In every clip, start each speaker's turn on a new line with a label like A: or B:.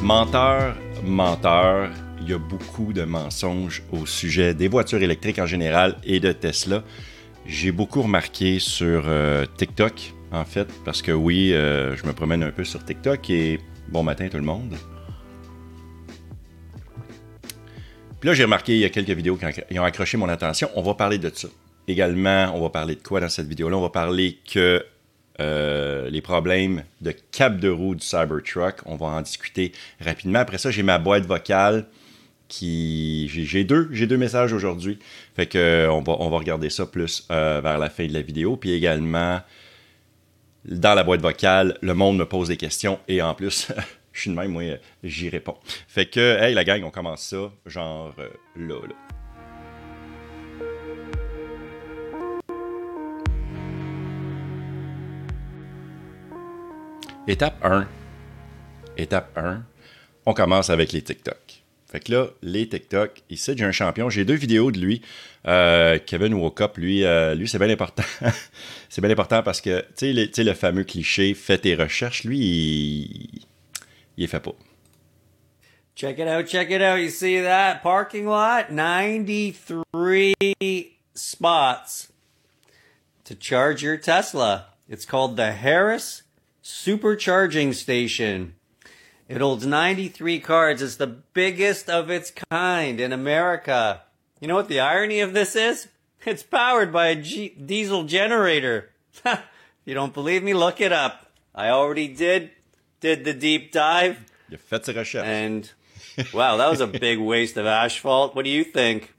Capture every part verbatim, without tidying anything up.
A: Menteur, menteur, il y a beaucoup de mensonges au sujet des voitures électriques en général et de Tesla. J'ai beaucoup remarqué sur euh, TikTok, en fait, parce que oui, euh, je me promène un peu sur TikTok et bon matin tout le monde. Puis là, j'ai remarqué, il y a quelques vidéos qui ont accroché mon attention. On va parler de ça. Également, on va parler de quoi dans cette vidéo-là? On va parler que euh, les problèmes de cap de roue du Cybertruck. On va en discuter rapidement. Après ça, j'ai ma boîte vocale qui... J'ai, j'ai deux, j'ai deux messages aujourd'hui. Fait que euh, on va, on va regarder ça plus euh, vers la fin de la vidéo. Puis également, dans la boîte vocale, le monde me pose des questions et en plus... Je suis de même, moi, j'y réponds. Fait que, hey, la gang, on commence ça, genre euh, là, là. Étape un. Étape un. On commence avec les TikTok. Fait que là, les TikTok, ici, j'ai un champion. J'ai deux vidéos de lui. Euh, Kevin Wokup, lui, euh, lui c'est bien important. C'est bien important parce que, tu sais, le fameux cliché, fais tes recherches, lui, il... il est fait pas.
B: Check it out, check it out. You see that parking lot? ninety-three spots to charge your Tesla. It's called the Harris Supercharging Station. It holds ninety-three cars. It's the biggest of its kind in America. You know what the irony of this is? It's powered by a G- diesel generator. If you don't believe me, look it up. I already did. Did the deep dive.
A: Il a fait ses recherches.
B: And, wow, that was a big waste of asphalt. What do you think?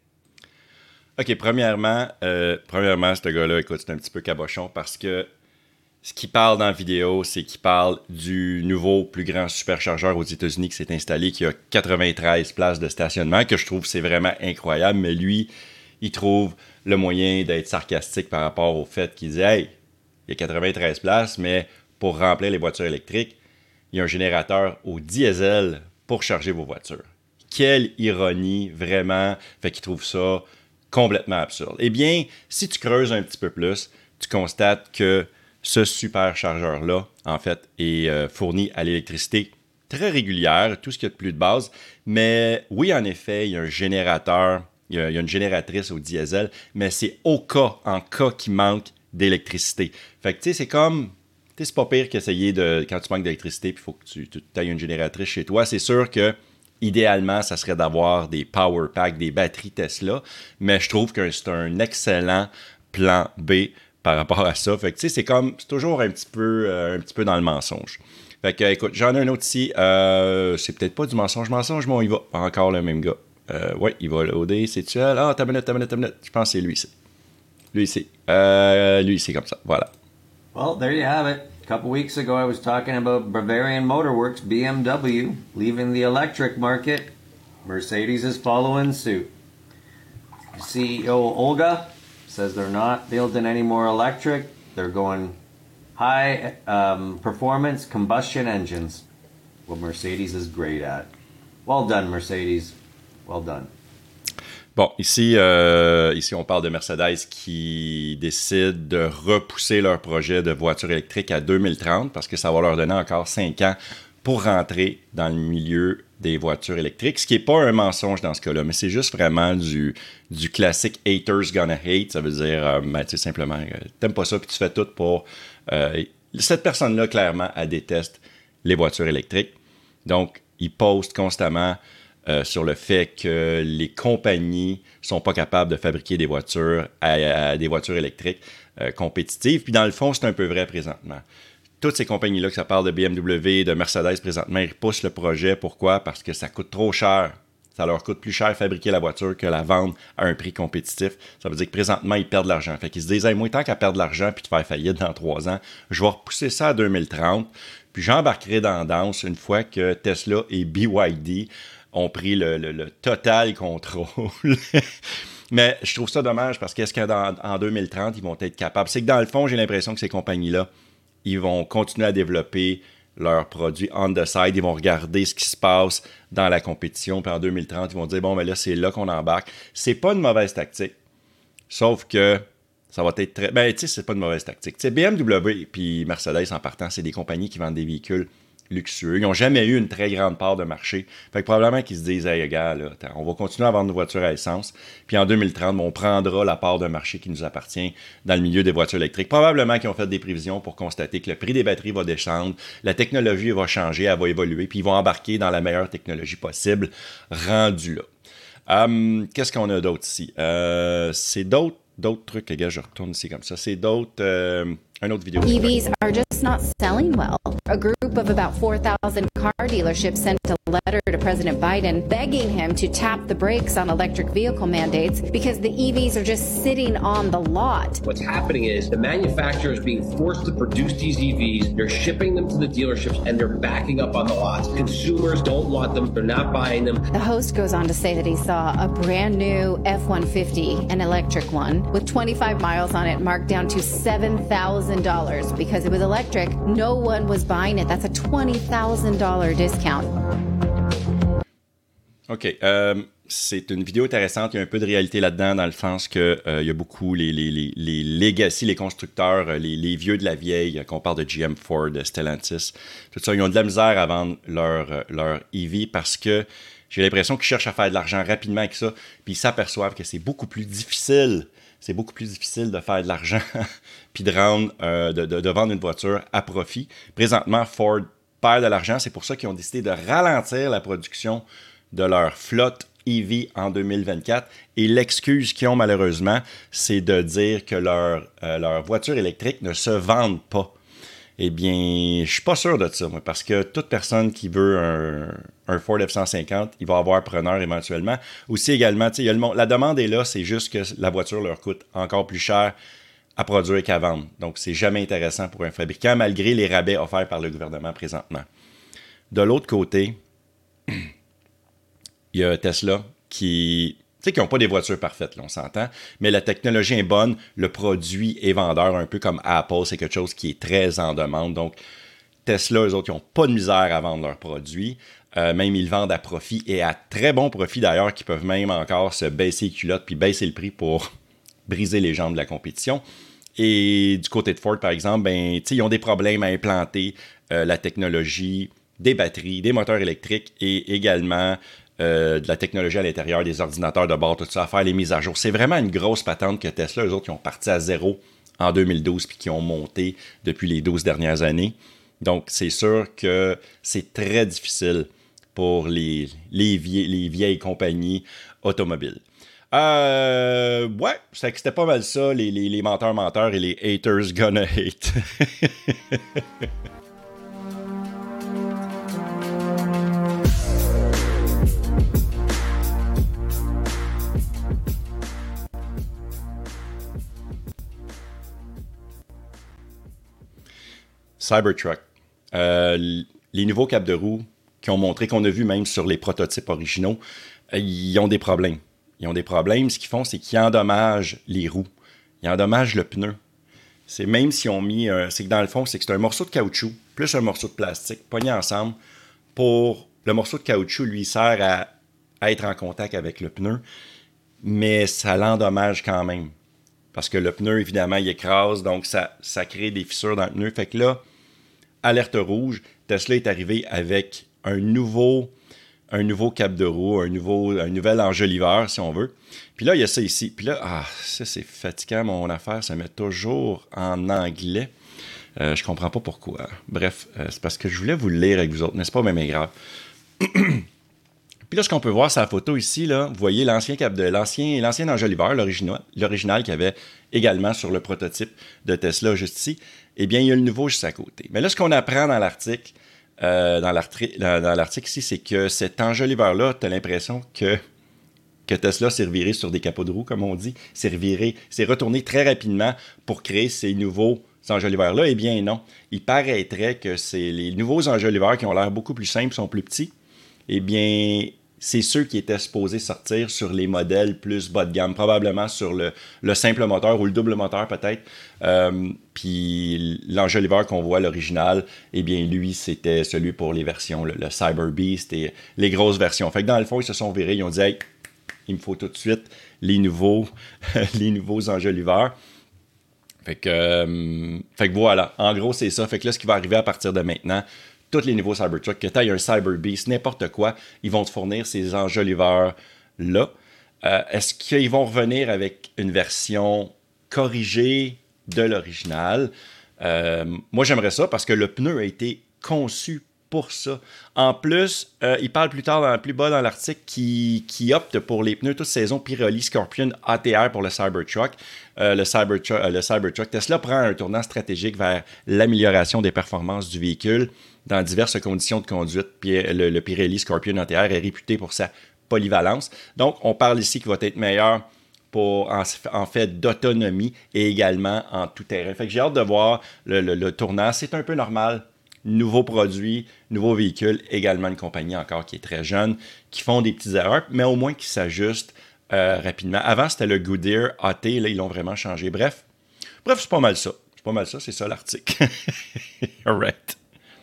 A: OK, premièrement, euh, premièrement, ce gars-là, écoute, c'est un petit peu cabochon parce que ce qu'il parle dans la vidéo, c'est qu'il parle du nouveau plus grand superchargeur aux États-Unis qui s'est installé, qui a quatre-vingt-treize places de stationnement, que je trouve c'est vraiment incroyable, mais lui, il trouve le moyen d'être sarcastique par rapport au fait qu'il dit « Hey, il y a quatre-vingt-treize places, mais pour remplir les voitures électriques, il y a un générateur au diesel pour charger vos voitures. » Quelle ironie, vraiment. Fait qu'il trouve ça complètement absurde. Eh bien, si tu creuses un petit peu plus, tu constates que ce superchargeur-là, en fait, est euh, fourni à l'électricité très régulière, tout ce qu'il y a de plus de base. Mais oui, en effet, il y a un générateur, il y a, il y a une génératrice au diesel, mais c'est au cas, en cas qu'il manque d'électricité. Fait que, tu sais, c'est comme... Tu sais, c'est pas pire qu'essayer de... Quand tu manques d'électricité, puis il faut que tu, tu ailles une génératrice chez toi. C'est sûr que, idéalement, ça serait d'avoir des power packs, des batteries Tesla. Mais je trouve que c'est un excellent plan B par rapport à ça. Fait que, tu sais, c'est comme... C'est toujours un petit peu, euh, un petit peu dans le mensonge. Fait que, écoute, j'en ai un autre ici. Euh, c'est peut-être pas du mensonge. Mensonge, mais on y va. Encore le même gars. Euh, ouais, il va loader. C'est-tu elle? Ah, t'as minute, t'as minute, t'as minute. Je pense que c'est lui ici. Lui ici. Euh, lui ici, comme ça. Voilà.
B: Well, there you have it. A couple weeks ago, I was talking about Bavarian Motorworks, B M W, leaving the electric market. Mercedes is following suit. C E O Olga says they're not building any more electric. They're going high um, performance combustion engines. What Mercedes is great at. Well done, Mercedes. Well done.
A: Bon, ici, euh, ici, on parle de Mercedes qui décide de repousser leur projet de voiture électrique à deux mille trente parce que ça va leur donner encore cinq ans pour rentrer dans le milieu des voitures électriques, ce qui n'est pas un mensonge dans ce cas-là, mais c'est juste vraiment du, du classique « haters gonna hate », ça veut dire, euh, ben, tu sais, simplement, euh, t'aimes pas ça, puis tu fais tout pour... Euh, cette personne-là, clairement, elle déteste les voitures électriques, donc il poste constamment... Euh, sur le fait que les compagnies sont pas capables de fabriquer des voitures à, à des voitures électriques euh, compétitives. Puis dans le fond, c'est un peu vrai présentement. Toutes ces compagnies-là, que ça parle de B M W, de Mercedes présentement, ils repoussent le projet. Pourquoi? Parce que ça coûte trop cher. Ça leur coûte plus cher fabriquer la voiture que la vendre à un prix compétitif. Ça veut dire que présentement, ils perdent de l'argent. Fait qu'ils se disent, hey, moi, tant qu'à perdre de l'argent puis de faire faillite dans trois ans, je vais repousser ça à deux mille trente. Puis j'embarquerai dans la danse une fois que Tesla et B Y D ont pris le, le, le total contrôle. Mais je trouve ça dommage parce qu'est-ce qu'en deux mille trente, ils vont être capables? C'est que dans le fond, j'ai l'impression que ces compagnies-là, ils vont continuer à développer leurs produits on the side. Ils vont regarder ce qui se passe dans la compétition. Puis en deux mille trente, ils vont dire, bon, mais là, c'est là qu'on embarque. C'est pas une mauvaise tactique. Sauf que ça va être très... Ben, tu sais, c'est pas une mauvaise tactique. Tu sais, B M W et puis Mercedes, en partant, c'est des compagnies qui vendent des véhicules luxueux. Ils n'ont jamais eu une très grande part de marché. Fait que probablement qu'ils se disent, hey, gars, là, attends, on va continuer à vendre nos voitures à essence. Puis en deux mille trente, on prendra la part de marché qui nous appartient dans le milieu des voitures électriques. Probablement qu'ils ont fait des prévisions pour constater que le prix des batteries va descendre, la technologie va changer, elle va évoluer, puis ils vont embarquer dans la meilleure technologie possible rendue là. Um, qu'est-ce qu'on a d'autre ici? Euh, c'est d'autres, d'autres trucs, les gars, je retourne ici comme ça. C'est d'autres... Euh, un autre vidéo.
C: E Vs are just not selling well. A group of about four thousand car dealerships sent a letter to President Biden begging him to tap the brakes on electric vehicle mandates because the E Vs are just sitting on the lot.
D: What's happening is the manufacturer is being forced to produce these E Vs. They're shipping them to the dealerships and they're backing up on the lots. Consumers don't want them. They're not buying them.
C: The host goes on to say that he saw a brand new F one fifty, an electric one, with twenty-five miles on it marked down to seven thousand dollars because it was electric. No one was buying it. That's a twenty thousand dollars discount.
A: OK. Euh, c'est une vidéo intéressante. Il y a un peu de réalité là-dedans, dans le sens qu'il euh, y a beaucoup les, les, les, les legacy, les constructeurs, les, les vieux de la vieille, qu'on parle de G M, Ford, Stellantis, tout ça, ils ont de la misère à vendre leur, leur E V parce que j'ai l'impression qu'ils cherchent à faire de l'argent rapidement avec ça, puis ils s'aperçoivent que c'est beaucoup plus difficile. C'est beaucoup plus difficile de faire de l'argent puis de, rendre, euh, de, de, de vendre une voiture à profit. Présentement, Ford perd de l'argent. C'est pour ça qu'ils ont décidé de ralentir la production de leur flotte E V en deux mille vingt-quatre. Et l'excuse qu'ils ont malheureusement, c'est de dire que leur, euh, leur voiture électrique ne se vendent pas. Eh bien, je suis pas sûr de ça, moi, parce que toute personne qui veut un, un Ford F cent cinquante, il va avoir preneur éventuellement. Aussi également, tu sais, il y a le monde, la demande est là, c'est juste que la voiture leur coûte encore plus cher à produire qu'à vendre. Donc, c'est jamais intéressant pour un fabricant, malgré les rabais offerts par le gouvernement présentement. De l'autre côté, il y a Tesla qui... Tu sais, qui n'ont pas des voitures parfaites, là, on s'entend, mais la technologie est bonne, le produit est vendeur, un peu comme Apple, c'est quelque chose qui est très en demande. Donc, Tesla, eux autres, ils n'ont pas de misère à vendre leurs produits. Euh, même, ils le vendent à profit et à très bon profit, d'ailleurs, qui peuvent même encore se baisser les culottes puis baisser le prix pour briser les jambes de la compétition. Et du côté de Ford, par exemple, ben, tu sais, ils ont des problèmes à implanter euh, la technologie des batteries, des moteurs électriques et également... Euh, de la technologie à l'intérieur, des ordinateurs de bord, tout ça, à faire les mises à jour. C'est vraiment une grosse patente que Tesla, eux autres, qui ont parti à zéro en deux mille douze puis qui ont monté depuis les douze dernières années. Donc, c'est sûr que c'est très difficile pour les, les, vieilles, les vieilles compagnies automobiles. Euh, ouais, c'était pas mal ça, les, les, les menteurs menteurs et les haters gonna hate. Cybertruck. Euh, les nouveaux capes de roue qui ont montré, qu'on a vu même sur les prototypes originaux, euh, ils ont des problèmes. Ils ont des problèmes. Ce qu'ils font, c'est qu'ils endommagent les roues. Ils endommagent le pneu. C'est même s'ils ont mis... Euh, c'est que dans le fond, c'est que c'est un morceau de caoutchouc plus un morceau de plastique pogné ensemble pour... Le morceau de caoutchouc, lui, sert à, à être en contact avec le pneu, mais ça l'endommage quand même. Parce que le pneu, évidemment, il écrase, donc ça, ça crée des fissures dans le pneu. Fait que là, alerte rouge, Tesla est arrivé avec un nouveau, un nouveau cap de roue, un, nouveau, un nouvel enjoliveur, si on veut. Puis là, il y a ça ici. Puis là, ah, ça, c'est fatigant, mon affaire. Ça met toujours en anglais. Euh, je comprends pas pourquoi. Bref, euh, c'est parce que je voulais vous le lire avec vous autres, n'est-ce pas, même grave. Puis là, ce qu'on peut voir, c'est la photo ici, là, vous voyez l'ancien cap de l'ancien, l'ancien enjoliveur, l'original, l'original qu'il y avait également sur le prototype de Tesla juste ici. Eh bien, il y a le nouveau juste à côté. Mais là, ce qu'on apprend dans l'article, euh, dans, l'article dans, dans l'article ici, c'est que cet enjoliveur-là, tu as l'impression que, que Tesla s'est reviré sur des capots de roue, comme on dit, s'est reviré, s'est retourné très rapidement pour créer ces nouveaux enjoliveurs-là. Eh bien, non. Il paraîtrait que c'est les nouveaux enjoliveurs qui ont l'air beaucoup plus simples, sont plus petits. Eh bien, c'est ceux qui étaient supposés sortir sur les modèles plus bas de gamme, probablement sur le, le simple moteur ou le double moteur peut-être. Euh, puis l'enjoliveur qu'on voit, l'original, eh bien lui, c'était celui pour les versions, le, le Cyber Beast et les grosses versions. Fait que dans le fond, ils se sont virés, ils ont dit « Hey, il me faut tout de suite les nouveaux, les nouveaux enjoliveurs. » Fait que, euh, fait que voilà, en gros, c'est ça. Fait que là, ce qui va arriver à partir de maintenant, tous les nouveaux Cybertruck, que tu aies un Cyber Beast, n'importe quoi, ils vont te fournir ces enjoliveurs-là. Euh, est-ce qu'ils vont revenir avec une version corrigée de l'original? Euh, moi, j'aimerais ça parce que le pneu a été conçu pour ça. En plus, euh, il parle plus tard, dans, plus bas dans l'article, qui, qui opte pour les pneus toute saison Pirelli Scorpion A T R pour le Cybertruck. Euh, le, Cybertruck euh, le Cybertruck. Tesla prend un tournant stratégique vers l'amélioration des performances du véhicule dans diverses conditions de conduite. Puis le, le Pirelli Scorpion A T R est réputé pour sa polyvalence. Donc, on parle ici qu'il va être meilleur pour, en, en fait d'autonomie et également en tout terrain. Fait que j'ai hâte de voir le, le, le tournant. C'est un peu normal. Nouveau produit, nouveau véhicule, également une compagnie encore qui est très jeune, qui font des petites erreurs, mais au moins qui s'ajustent euh, rapidement. Avant, c'était le Goodyear A T, là, ils l'ont vraiment changé. Bref, bref, c'est pas mal ça. C'est pas mal ça, c'est ça l'article. All right.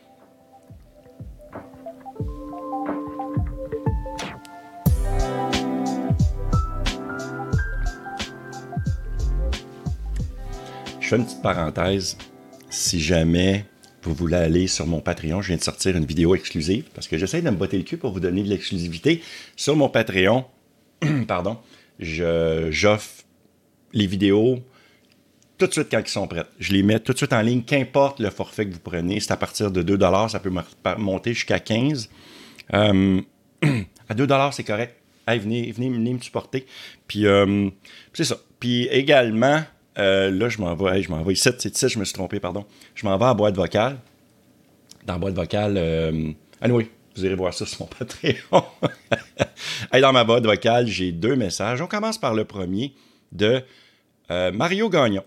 A: Je fais une petite parenthèse. Si jamais vous voulez aller sur mon Patreon, je viens de sortir une vidéo exclusive parce que j'essaie de me botter le cul pour vous donner de l'exclusivité. Sur mon Patreon, pardon, je, j'offre les vidéos tout de suite quand ils sont prêts. Je les mets tout de suite en ligne, qu'importe le forfait que vous prenez. C'est à partir de deux dollars, ça peut monter jusqu'à quinze dollars. Euh, à deux dollars, c'est correct. Hey, venez, venez, venez me supporter. Puis, euh, c'est ça. Puis également... Euh, là, je m'en vais, hey, je m'en vais ici, c'est ici, je me suis trompé, pardon. Je m'en vais à boîte vocale. Dans boîte vocale, euh... ah oui, vous irez voir ça sur mon Patreon. Hey, dans ma boîte vocale, j'ai deux messages. On commence par le premier de euh, Mario Gagnon.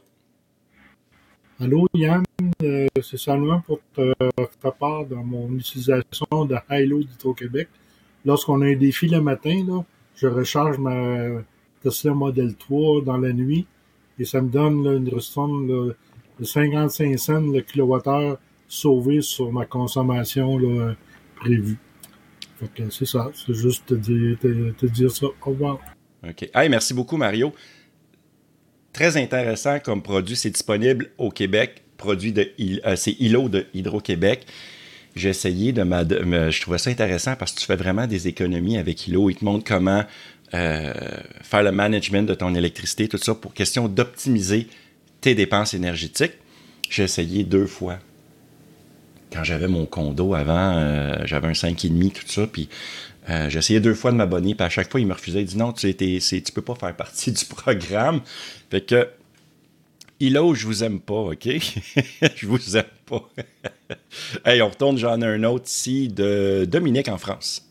E: Allô, Yann, euh, c'est seulement pour te faire part de mon utilisation de Hilo d'Hydro-Québec. Lorsqu'on a un défi le matin, là, je recharge ma Tesla Model trois dans la nuit. Et ça me donne là, une ristourne là, de cinquante-cinq cents le kilowattheure sauvé sur ma consommation là, prévue. Fait que c'est ça. C'est juste te dire, te, te dire ça. Au revoir.
A: OK. Hey, merci beaucoup, Mario. Très intéressant comme produit. C'est disponible au Québec. Produit de euh, c'est Hilo de Hydro-Québec. J'ai essayé de, ma, de me, je trouvais ça intéressant parce que tu fais vraiment des économies avec Hilo. Il te montre comment Euh, faire le management de ton électricité, tout ça, pour question d'optimiser tes dépenses énergétiques. J'ai essayé deux fois. Quand j'avais mon condo avant, euh, j'avais un cinq virgule cinq, tout ça, puis euh, j'ai essayé deux fois de m'abonner, puis à chaque fois, il me refusait. Il dit non, tu ne peux pas faire partie du programme. Fait que, Hilo, je vous aime pas, OK? Je vous aime pas. Hey, on retourne, j'en ai un autre ici de Dominique en France.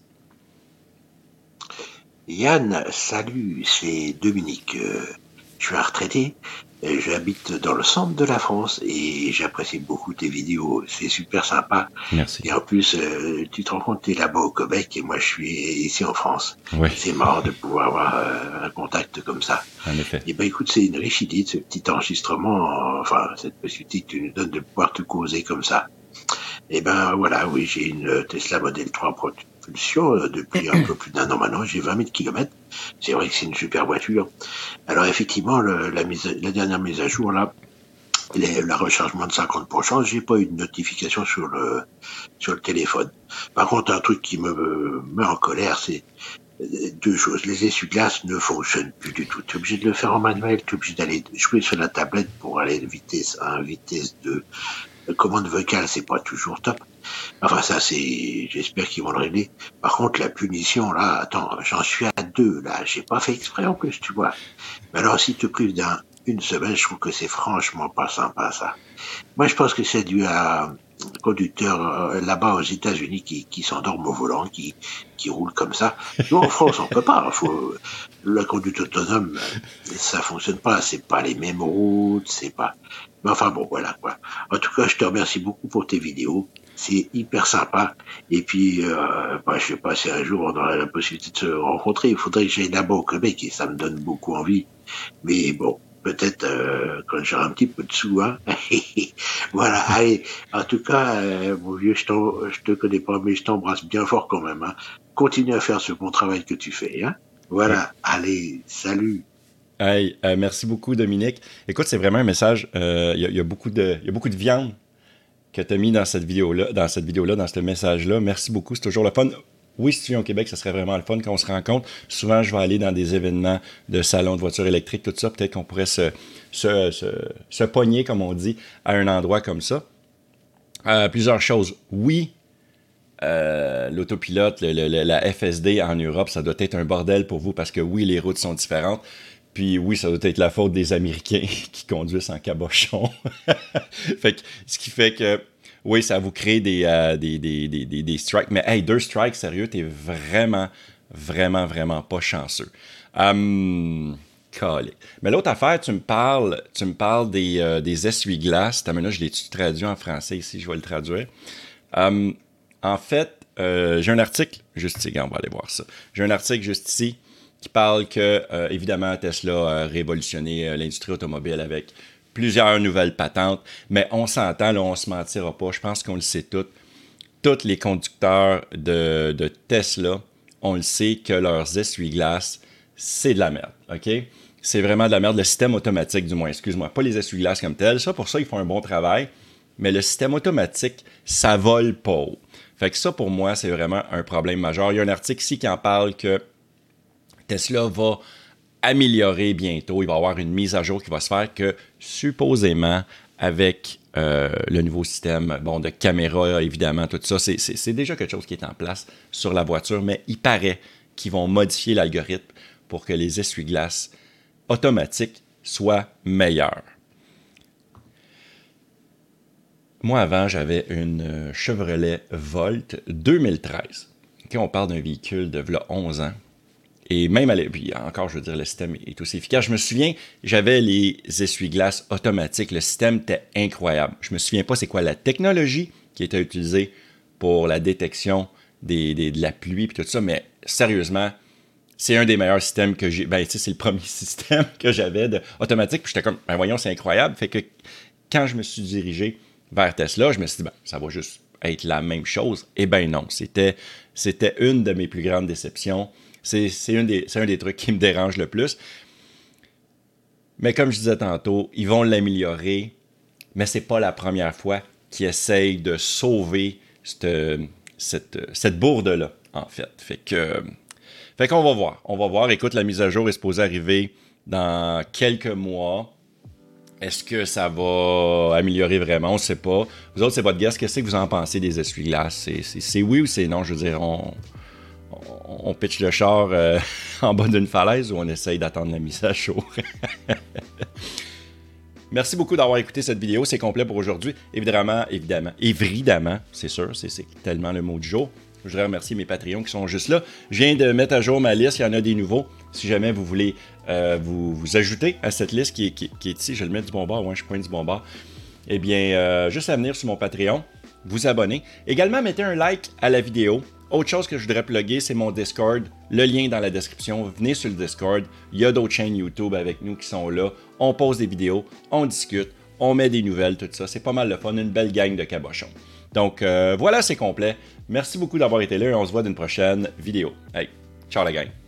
F: Yann, salut, c'est Dominique. Euh, je suis un retraité, euh, j'habite dans le centre de la France et j'apprécie beaucoup tes vidéos, c'est super sympa.
A: Merci.
F: Et en plus, euh, tu te rends compte, tu es là-bas au Québec et moi je suis ici en France.
A: Oui.
F: C'est marrant de pouvoir avoir euh, un contact comme ça.
A: En effet.
F: Et ben écoute, c'est une riche idée de ce petit enregistrement, enfin cette possibilité que tu nous donnes de pouvoir te causer comme ça. Et ben voilà, oui, j'ai une Tesla Model trois propulsion euh, depuis un peu plus d'un an maintenant, j'ai vingt mille kilomètres. C'est vrai que c'est une super voiture. Alors effectivement, le, la, mise, la dernière mise à jour, là, les, la rechargement de cinquante pour cent, j'ai pas eu de notification sur le sur le téléphone. Par contre, un truc qui me met en colère, c'est deux choses. Les essuie-glaces ne fonctionnent plus du tout. Tu es obligé de le faire en manuel, tu es obligé d'aller jouer sur la tablette pour aller de vitesse un, vitesse deux. La commande vocale, c'est pas toujours top. Enfin, ça, c'est, j'espère qu'ils vont le régler. Par contre, la punition, là, attends, j'en suis à deux, là. J'ai pas fait exprès, en plus, tu vois. Mais alors, si tu te prives d'un, une semaine, je trouve que c'est franchement pas sympa, ça. Moi, je pense que c'est dû à un conducteur euh, là-bas aux États-Unis qui, qui s'endorme au volant, qui, qui roule comme ça. Nous, en France, on peut pas. Faut, la conduite autonome, ça fonctionne pas. C'est pas les mêmes routes, c'est pas. Mais enfin bon, voilà quoi. En tout cas, je te remercie beaucoup pour tes vidéos. C'est hyper sympa. Et puis, euh, bah, je sais pas si un jour on aura la possibilité de se rencontrer. Il faudrait que j'aille là-bas au Québec et ça me donne beaucoup envie. Mais bon, peut-être euh, quand j'aurai un petit peu de sous, hein. Voilà, allez. En tout cas, euh, mon vieux, je, je te connais pas, mais je t'embrasse bien fort quand même. Hein. Continue à faire ce bon travail que tu fais. Hein. Voilà, ouais. Allez, salut.
A: Hey, euh, merci beaucoup, Dominique. Écoute, c'est vraiment un message. Il euh, y, y a beaucoup de, y a beaucoup de viande que tu as mis dans cette vidéo-là, dans cette vidéo-là, dans ce message-là. Merci beaucoup, c'est toujours le fun. Oui, si tu viens au Québec, ça serait vraiment le fun quand on se rencontre. Souvent, je vais aller dans des événements de salons de voitures électriques, tout ça. Peut-être qu'on pourrait se, se, se, se pogner, comme on dit, à un endroit comme ça. Euh, plusieurs choses. Oui, euh, l'autopilote, le, le, la F S D en Europe, ça doit être un bordel pour vous parce que oui, les routes sont différentes. Puis oui, ça doit être la faute des Américains qui conduisent en cabochon. Fait que, ce qui fait que oui, ça vous crée des, euh, des, des, des, des, des strikes. Mais hey, deux strikes, sérieux, t'es vraiment, vraiment, vraiment pas chanceux. Um, calé. Mais l'autre affaire, tu me parles, tu me parles des, euh, des essuie-glaces. T'as, mais là, je l'ai traduit en français ici, je vais le traduire. Um, en fait, euh, j'ai un article, juste ici, on va aller voir ça. J'ai un article juste ici qui parle que, euh, évidemment, Tesla a révolutionné euh, l'industrie automobile avec plusieurs nouvelles patentes, mais on s'entend, là, on se mentira pas, je pense qu'on le sait tous. Tous les conducteurs de, de Tesla, on le sait que leurs essuie-glaces, c'est de la merde, OK? C'est vraiment de la merde, le système automatique du moins, excuse-moi, pas les essuie-glaces comme tel, ça, pour ça, ils font un bon travail, mais le système automatique, ça vole pas haut. Fait que ça, pour moi, c'est vraiment un problème majeur. Il y a un article ici qui en parle que Tesla va améliorer bientôt. Il va y avoir une mise à jour qui va se faire que, supposément, avec euh, le nouveau système bon, de caméra, évidemment, tout ça, c'est, c'est, c'est déjà quelque chose qui est en place sur la voiture, mais il paraît qu'ils vont modifier l'algorithme pour que les essuie-glaces automatiques soient meilleurs. Moi, avant, j'avais une Chevrolet Volt deux mille treize. Okay, on parle d'un véhicule de v'là onze ans. Et même, à puis encore, je veux dire, le système est aussi efficace. Je me souviens, j'avais les essuie-glaces automatiques. Le système était incroyable. Je me souviens pas c'est quoi la technologie qui était utilisée pour la détection des, des, de la pluie et tout ça, mais sérieusement, c'est un des meilleurs systèmes que j'ai. Ben, tu sais, c'est le premier système que j'avais de automatique. Puis j'étais comme, ben voyons, c'est incroyable. Fait que quand je me suis dirigé vers Tesla, je me suis dit, ben, ça va juste être la même chose. Eh ben non, c'était, c'était une de mes plus grandes déceptions. C'est, c'est, un des, c'est un des trucs qui me dérange le plus. Mais comme je disais tantôt, ils vont l'améliorer, mais c'est pas la première fois qu'ils essayent de sauver cette, cette, cette bourde-là, en fait. Fait que, fait qu'on va voir. On va voir. Écoute, la mise à jour est supposée arriver dans quelques mois. Est-ce que ça va améliorer vraiment? On ne sait pas. Vous autres, c'est votre guess. Qu'est-ce que vous en pensez des essuie-glaces? C'est, c'est, c'est oui ou c'est non? Je veux dire, on... on pitch le char euh, en bas d'une falaise ou on essaye d'attendre la mise à jour. Merci beaucoup d'avoir écouté cette vidéo. C'est complet pour aujourd'hui. Évidemment, évidemment, évidemment, c'est sûr, c'est, c'est tellement le mot du jour. Je voudrais remercier mes Patreons qui sont juste là. Je viens de mettre à jour ma liste. Il y en a des nouveaux. Si jamais vous voulez euh, vous, vous ajouter à cette liste qui est, qui, qui est ici, je vais le mettre du bon bord. Ouais, je pointe du bon bord. Eh bien, euh, juste à venir sur mon Patreon, vous abonner. Également, mettez un like à la vidéo. Autre chose que je voudrais plugger, c'est mon Discord. Le lien est dans la description. Venez sur le Discord. Il y a d'autres chaînes YouTube avec nous qui sont là. On pose des vidéos, on discute, on met des nouvelles, tout ça. C'est pas mal le fun, une belle gang de cabochons. Donc euh, voilà, c'est complet. Merci beaucoup d'avoir été là et on se voit dans une prochaine vidéo. Hey, ciao la gang!